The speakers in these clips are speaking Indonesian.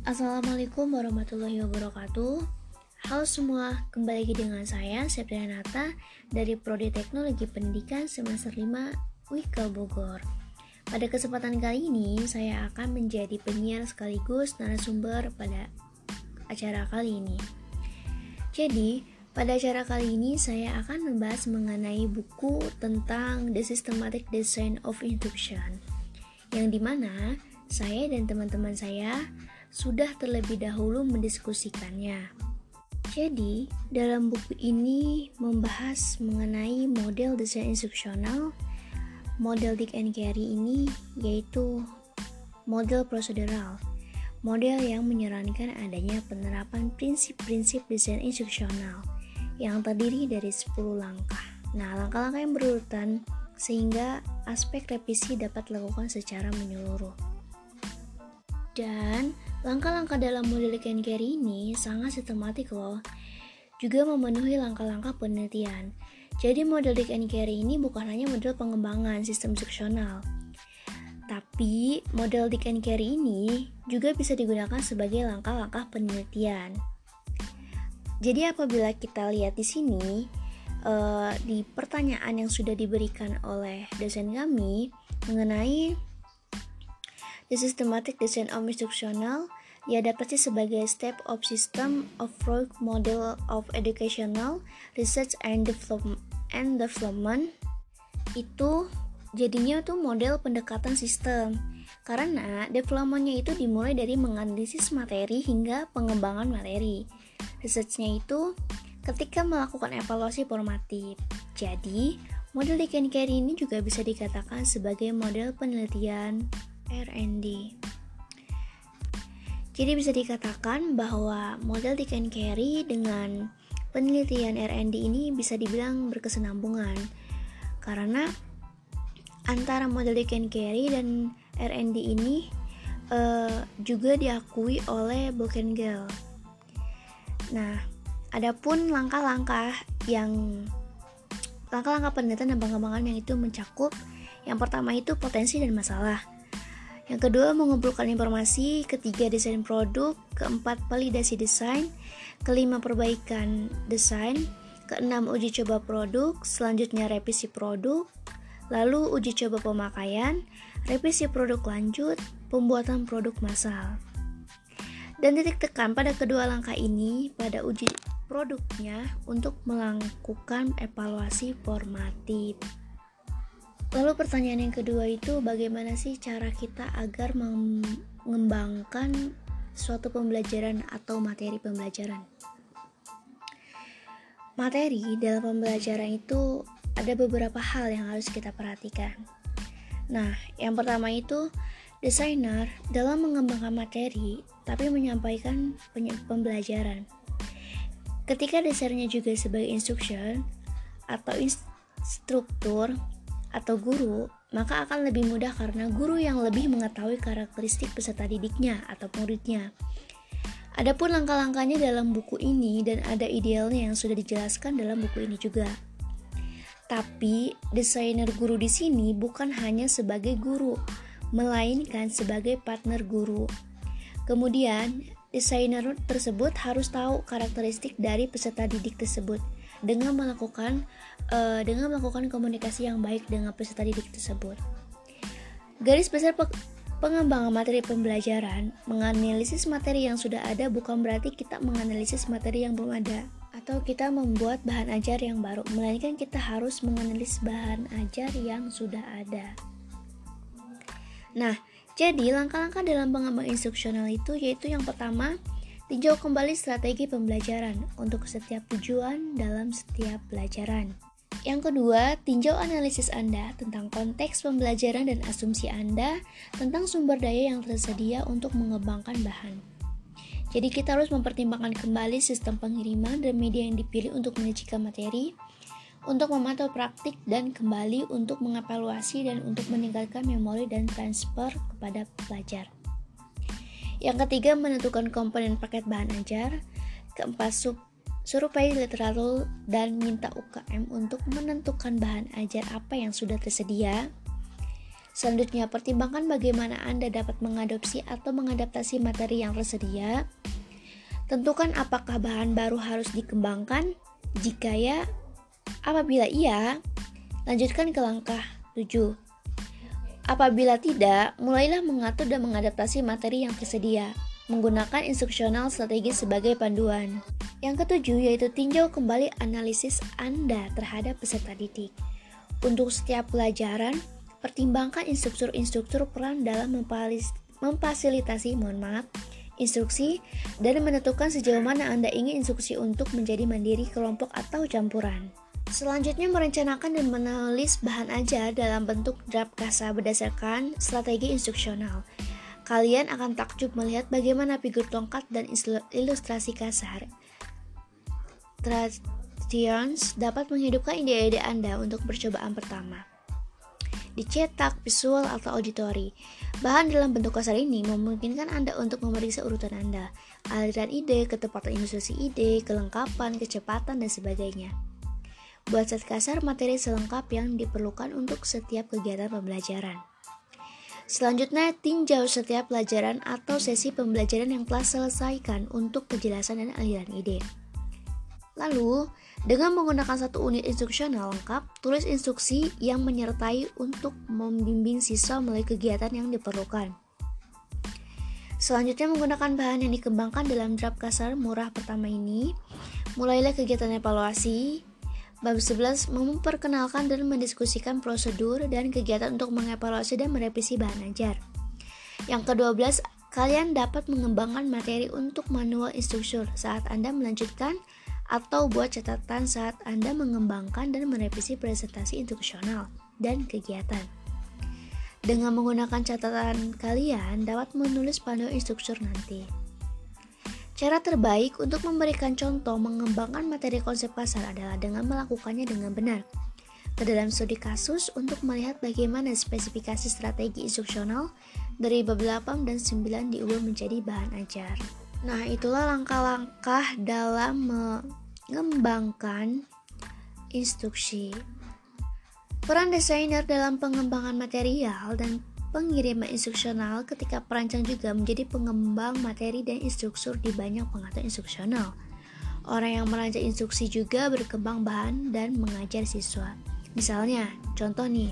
Assalamualaikum warahmatullahi wabarakatuh. Halo semua, kembali lagi dengan saya Septrianata dari Prodi Teknologi Pendidikan semester 5 UIK Bogor. Pada kesempatan kali ini saya akan menjadi penyiar sekaligus narasumber pada acara kali ini. Jadi, pada acara kali ini saya akan membahas mengenai buku tentang The Systematic Design of Instruction, yang dimana saya dan teman-teman saya sudah terlebih dahulu mendiskusikannya. Jadi, dalam buku ini membahas mengenai model desain instruksional. Model Dick and Carey ini yaitu model prosedural, model yang menyarankan adanya penerapan prinsip-prinsip desain instruksional yang terdiri dari 10 langkah. Nah, langkah-langkah yang berurutan sehingga aspek revisi dapat dilakukan secara menyeluruh. Dan langkah-langkah dalam model Dick and Carey ini sangat sistematik loh, juga memenuhi langkah-langkah penelitian. Jadi model Dick and Carey ini bukan hanya model pengembangan sistem instruksional, tapi model Dick and Carey ini juga bisa digunakan sebagai langkah-langkah penelitian. Jadi apabila kita lihat di sini, di pertanyaan yang sudah diberikan oleh dosen kami mengenai The Systematic Design of Instructional diadaptasi sebagai step of system of work model of educational research and development. Itu jadinya tuh model pendekatan sistem, karena developmentnya itu dimulai dari menganalisis materi hingga pengembangan materi. Researchnya itu ketika melakukan evaluasi formatif. Jadi model Dick and Carey ini juga bisa dikatakan sebagai model penelitian R&D. Jadi bisa dikatakan bahwa model Dick and Carey dengan penelitian R&D ini bisa dibilang berkesinambungan, karena antara model Dick and Carey dan R&D ini juga diakui oleh Bockenhill. Nah, adapun langkah-langkah penelitian dan pengembangan yang itu mencakup, yang pertama itu potensi dan masalah. Yang kedua, mengumpulkan informasi. Ketiga, desain produk. Keempat, validasi desain. Kelima, perbaikan desain. Keenam, uji coba produk. Selanjutnya, revisi produk. Lalu, uji coba pemakaian. Revisi produk lanjut. Pembuatan produk massal. Dan titik tekan pada kedua langkah ini pada uji produknya untuk melakukan evaluasi formatif. Lalu pertanyaan yang kedua itu, bagaimana sih cara kita agar mengembangkan suatu pembelajaran atau materi pembelajaran? Materi dalam pembelajaran itu ada beberapa hal yang harus kita perhatikan. Nah, yang pertama itu, desainer dalam mengembangkan materi tapi menyampaikan pembelajaran. Ketika desainnya juga sebagai instruction atau instruktur atau guru, maka akan lebih mudah karena guru yang lebih mengetahui karakteristik peserta didiknya atau muridnya. Adapun langkah-langkahnya dalam buku ini dan ada idealnya yang sudah dijelaskan dalam buku ini juga. Tapi desainer guru di sini bukan hanya sebagai guru, melainkan sebagai partner guru. Kemudian, desainer tersebut harus tahu karakteristik dari peserta didik tersebut dengan melakukan komunikasi yang baik dengan peserta didik tersebut. Garis besar pengembangan materi pembelajaran, menganalisis materi yang sudah ada bukan berarti kita menganalisis materi yang belum ada atau kita membuat bahan ajar yang baru, melainkan kita harus menganalisis bahan ajar yang sudah ada. Nah, jadi langkah-langkah dalam pengembangan instruksional itu yaitu yang pertama, tinjau kembali strategi pembelajaran untuk setiap tujuan dalam setiap pelajaran. Yang kedua, tinjau analisis Anda tentang konteks pembelajaran dan asumsi Anda tentang sumber daya yang tersedia untuk mengembangkan bahan. Jadi kita harus mempertimbangkan kembali sistem pengiriman dan media yang dipilih untuk menyajikan materi, untuk memantau praktik dan kembali untuk mengevaluasi dan untuk meningkatkan memori dan transfer kepada pelajar. Yang ketiga, menentukan komponen paket bahan ajar. Keempat, survei literatur dan minta UKM untuk menentukan bahan ajar apa yang sudah tersedia. Selanjutnya, pertimbangkan bagaimana Anda dapat mengadopsi atau mengadaptasi materi yang tersedia. Tentukan apakah bahan baru harus dikembangkan. Jika ya, apabila iya, lanjutkan ke langkah 7. Apabila tidak, mulailah mengatur dan mengadaptasi materi yang tersedia, menggunakan instruksional strategis sebagai panduan. Yang ketujuh yaitu tinjau kembali analisis Anda terhadap peserta didik. Untuk setiap pelajaran, pertimbangkan instruktur peran dalam memfasilitasi instruksi, dan menentukan sejauh mana Anda ingin instruksi untuk menjadi mandiri, kelompok, atau campuran. Selanjutnya, merencanakan dan menulis bahan ajar dalam bentuk draft kasar berdasarkan strategi instruksional. Kalian akan takjub melihat bagaimana figur tongkat dan ilustrasi kasar Traditions dapat menghidupkan ide-ide Anda untuk percobaan pertama. Dicetak, visual, atau auditori. Bahan dalam bentuk kasar ini memungkinkan Anda untuk memeriksa urutan Anda, aliran ide, ketepatan ilustrasi ide, kelengkapan, kecepatan, dan sebagainya. Buat set kasar materi selengkap yang diperlukan untuk setiap kegiatan pembelajaran. Selanjutnya, tinjau setiap pelajaran atau sesi pembelajaran yang telah selesaikan untuk kejelasan dan aliran ide. Lalu, dengan menggunakan satu unit instruksional lengkap, tulis instruksi yang menyertai untuk membimbing siswa melalui kegiatan yang diperlukan. Selanjutnya, menggunakan bahan yang dikembangkan dalam draft kasar murah pertama ini, mulailah kegiatan evaluasi. Bab 11 memperkenalkan dan mendiskusikan prosedur dan kegiatan untuk mengevaluasi dan merevisi bahan ajar. Yang ke-12, kalian dapat mengembangkan materi untuk manual instruktur saat Anda melanjutkan atau buat catatan saat Anda mengembangkan dan merevisi presentasi instruksional dan kegiatan. Dengan menggunakan catatan, kalian dapat menulis panduan instruktur nanti. Cara terbaik untuk memberikan contoh mengembangkan materi konsep kasar adalah dengan melakukannya dengan benar. Ke dalam studi kasus untuk melihat bagaimana spesifikasi strategi instruksional dari bab 8 dan 9 diubah menjadi bahan ajar. Nah, itulah langkah-langkah dalam mengembangkan instruksi. Peran desainer dalam pengembangan material dan pengiriman instruksional ketika perancang juga menjadi pengembang materi dan instruktur di banyak pengatur instruksional. Orang yang merancang instruksi juga berkembang bahan dan mengajar siswa. Misalnya, contoh nih,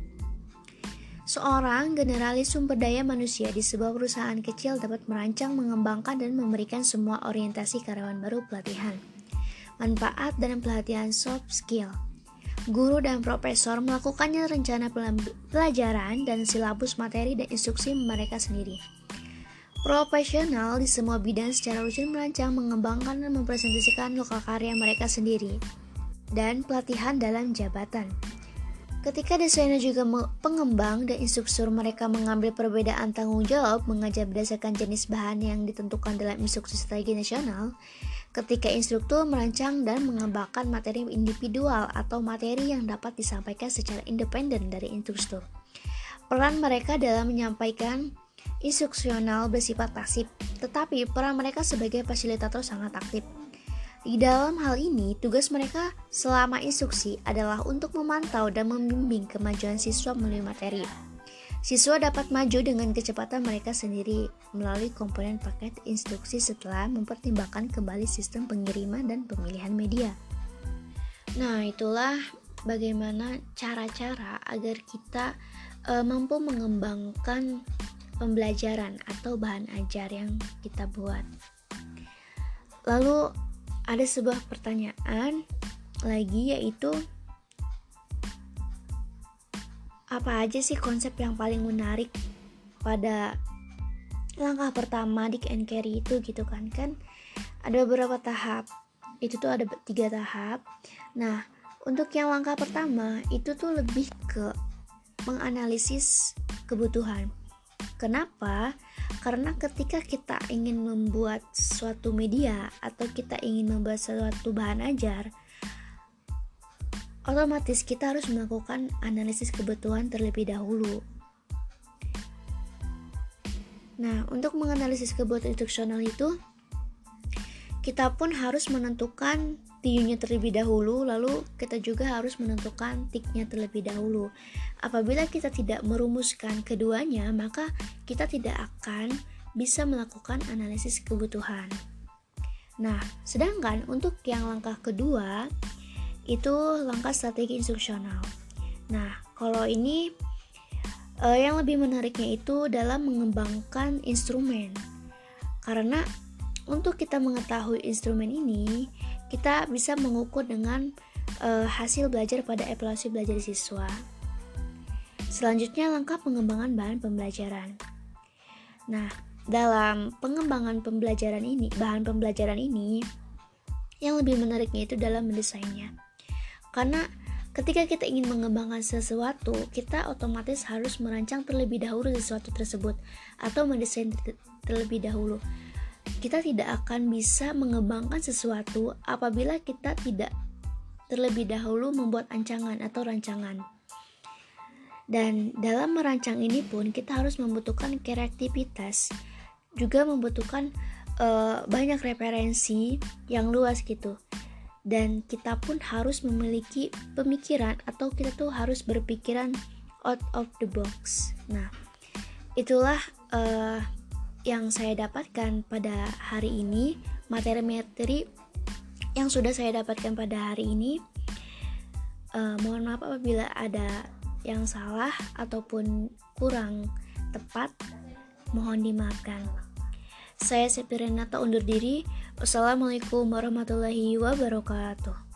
seorang generalis sumber daya manusia di sebuah perusahaan kecil dapat merancang, mengembangkan, dan memberikan semua orientasi karyawan baru pelatihan, manfaat, dan pelatihan soft skill. Guru dan profesor melakukannya rencana pelajaran dan silabus materi dan instruksi mereka sendiri. Profesional di semua bidang secara rutin merancang, mengembangkan, dan mempresentasikan lokal karya mereka sendiri. Dan pelatihan dalam jabatan. Ketika desainer juga pengembang dan instruktur, mereka mengambil perbedaan tanggung jawab mengajar berdasarkan jenis bahan yang ditentukan dalam instruksi strategi nasional. Ketika instruktur merancang dan mengembangkan materi individual atau materi yang dapat disampaikan secara independen dari instruktur. Peran mereka dalam menyampaikan instruksional bersifat pasif, tetapi peran mereka sebagai fasilitator sangat aktif. Di dalam hal ini, tugas mereka selama instruksi adalah untuk memantau dan membimbing kemajuan siswa melalui materi. Siswa dapat maju dengan kecepatan mereka sendiri melalui komponen paket instruksi setelah mempertimbangkan kembali sistem pengiriman dan pemilihan media. Nah, itulah bagaimana cara-cara agar kita mampu mengembangkan pembelajaran atau bahan ajar yang kita buat. Lalu ada sebuah pertanyaan lagi, yaitu apa aja sih konsep yang paling menarik pada langkah pertama Dick and Carey itu gitu kan ada beberapa tahap, itu tuh ada 3 tahap. Nah, untuk yang langkah pertama itu tuh lebih ke menganalisis kebutuhan. Kenapa? Karena ketika kita ingin membuat suatu media atau kita ingin membuat suatu bahan ajar, otomatis kita harus melakukan analisis kebutuhan terlebih dahulu. Nah, untuk menganalisis kebutuhan instruksional itu, kita pun harus menentukan view-nya terlebih dahulu, lalu kita juga harus menentukan tick-nya terlebih dahulu. apabila kita tidak merumuskan keduanya, maka kita tidak akan bisa melakukan analisis kebutuhan. Nah, sedangkan untuk yang langkah kedua, itu langkah strategi instruksional. Nah, kalau ini yang lebih menariknya itu dalam mengembangkan instrumen. Karena untuk kita mengetahui instrumen ini, kita bisa mengukur dengan hasil belajar pada evaluasi belajar siswa. Selanjutnya langkah pengembangan bahan pembelajaran. Nah, dalam pengembangan bahan pembelajaran ini, yang lebih menariknya itu dalam mendesainnya. Karena ketika kita ingin mengembangkan sesuatu, kita otomatis harus merancang terlebih dahulu sesuatu tersebut atau mendesain terlebih dahulu. Kita tidak akan bisa mengembangkan sesuatu apabila kita tidak terlebih dahulu membuat ancangan atau rancangan. Dan dalam merancang ini pun kita harus membutuhkan kreativitas, juga membutuhkan banyak referensi yang luas gitu. Dan kita pun harus memiliki pemikiran atau kita tuh harus berpikiran out of the box. Nah, itulah yang saya dapatkan pada hari ini, materi-materi yang sudah saya dapatkan pada hari ini. Mohon maaf apabila ada yang salah ataupun kurang tepat, mohon dimaafkan. Saya Septi Renata undur diri. Wassalamualaikum warahmatullahi wabarakatuh.